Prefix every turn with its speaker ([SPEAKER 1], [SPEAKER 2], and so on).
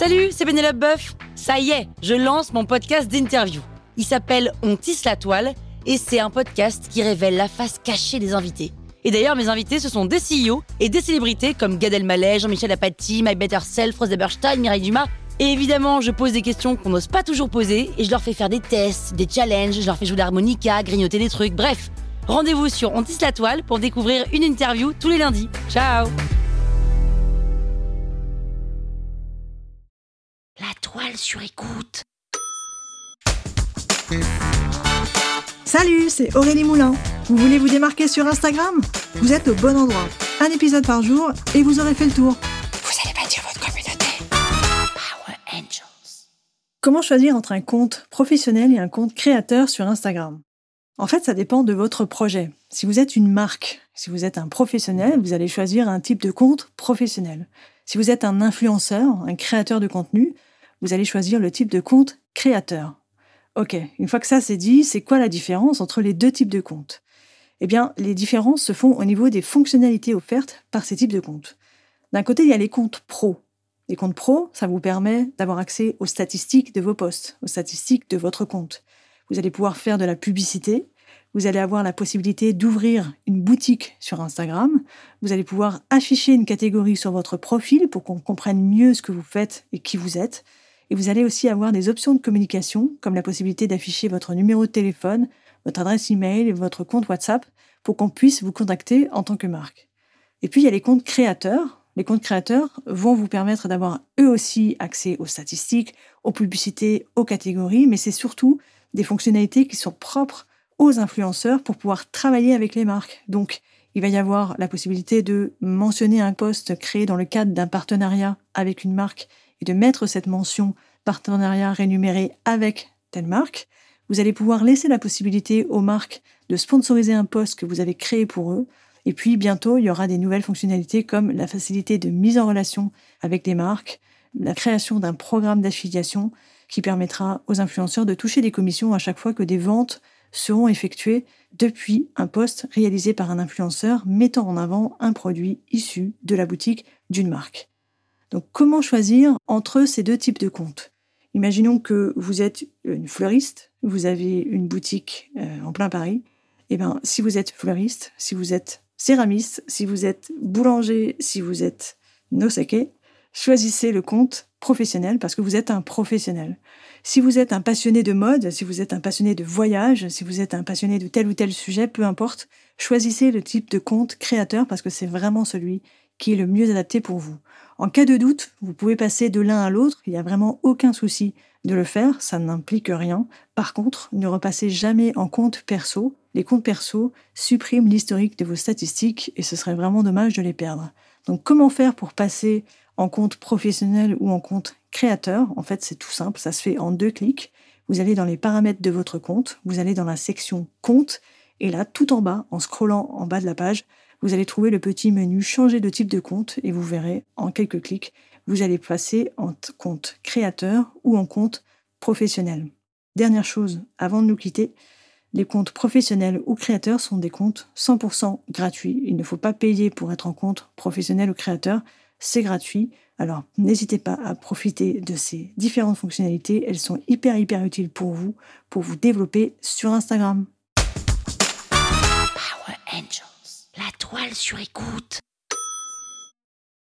[SPEAKER 1] Salut, c'est Pénélope Boeuf. Ça y est, je lance mon podcast d'interview. Il s'appelle On tisse la toile et c'est un podcast qui révèle la face cachée des invités. Et d'ailleurs, mes invités, ce sont des CEO et des célébrités comme Gad Elmaleh, Jean-Michel Apathy, My Better Self, Rose Eberstein, Mireille Dumas. Et évidemment, je pose des questions qu'on n'ose pas toujours poser et je leur fais faire des tests, des challenges, je leur fais jouer de l'harmonica, grignoter des trucs, bref. Rendez-vous sur On tisse la toile pour découvrir une interview tous les lundis. Ciao! La toile sur écoute.
[SPEAKER 2] Salut, c'est Aurélie Moulin. Vous voulez vous démarquer sur Instagram ? Vous êtes au bon endroit. Un épisode par jour et vous aurez fait le tour.
[SPEAKER 1] Vous allez bâtir votre communauté. Power Angels.
[SPEAKER 2] Comment choisir entre un compte professionnel et un compte créateur sur Instagram ? En fait, ça dépend de votre projet. Si vous êtes une marque, si vous êtes un professionnel, vous allez choisir un type de compte professionnel. Si vous êtes un influenceur, un créateur de contenu, vous allez choisir le type de compte créateur. Ok, une fois que ça c'est dit, c'est quoi la différence entre les deux types de comptes ? Eh bien, les différences se font au niveau des fonctionnalités offertes par ces types de comptes. D'un côté, il y a les comptes pro. Les comptes pro, ça vous permet d'avoir accès aux statistiques de vos posts, aux statistiques de votre compte. Vous allez pouvoir faire de la publicité, vous allez avoir la possibilité d'ouvrir une boutique sur Instagram, vous allez pouvoir afficher une catégorie sur votre profil pour qu'on comprenne mieux ce que vous faites et qui vous êtes. Et vous allez aussi avoir des options de communication, comme la possibilité d'afficher votre numéro de téléphone, votre adresse email et votre compte WhatsApp pour qu'on puisse vous contacter en tant que marque. Et puis, il y a les comptes créateurs. Les comptes créateurs vont vous permettre d'avoir eux aussi accès aux statistiques, aux publicités, aux catégories, mais c'est surtout des fonctionnalités qui sont propres aux influenceurs pour pouvoir travailler avec les marques. Donc, il va y avoir la possibilité de mentionner un post créé dans le cadre d'un partenariat avec une marque et de mettre cette mention partenariat rémunéré avec telle marque. Vous allez pouvoir laisser la possibilité aux marques de sponsoriser un post que vous avez créé pour eux. Et puis bientôt, il y aura des nouvelles fonctionnalités comme la facilité de mise en relation avec des marques, la création d'un programme d'affiliation qui permettra aux influenceurs de toucher des commissions à chaque fois que des ventes seront effectuées depuis un post réalisé par un influenceur mettant en avant un produit issu de la boutique d'une marque. Donc, comment choisir entre ces deux types de comptes ? Imaginons que vous êtes une fleuriste, vous avez une boutique en plein Paris. Eh bien, si vous êtes fleuriste, si vous êtes céramiste, si vous êtes boulanger, si vous êtes nosake, choisissez le compte professionnel parce que vous êtes un professionnel. Si vous êtes un passionné de mode, si vous êtes un passionné de voyage, si vous êtes un passionné de tel ou tel sujet, peu importe, choisissez le type de compte créateur parce que c'est vraiment celui qui est le mieux adapté pour vous. En cas de doute, vous pouvez passer de l'un à l'autre, il n'y a vraiment aucun souci de le faire, ça n'implique rien. Par contre, ne repassez jamais en compte perso. Les comptes perso suppriment l'historique de vos statistiques et ce serait vraiment dommage de les perdre. Donc comment faire pour passer en compte professionnel ou en compte créateur ? En fait, c'est tout simple, ça se fait en 2 clics. Vous allez dans les paramètres de votre compte, vous allez dans la section compte et là, tout en bas, en scrollant en bas de la page, vous allez trouver le petit menu changer de type de compte et vous verrez en quelques clics, vous allez passer en compte créateur ou en compte professionnel. Dernière chose, avant de nous quitter, les comptes professionnels ou créateurs sont des comptes 100% gratuits. Il ne faut pas payer pour être en compte professionnel ou créateur, c'est gratuit. Alors n'hésitez pas à profiter de ces différentes fonctionnalités, elles sont hyper utiles pour vous développer sur Instagram.
[SPEAKER 1] Power Angels. La toile sur écoute.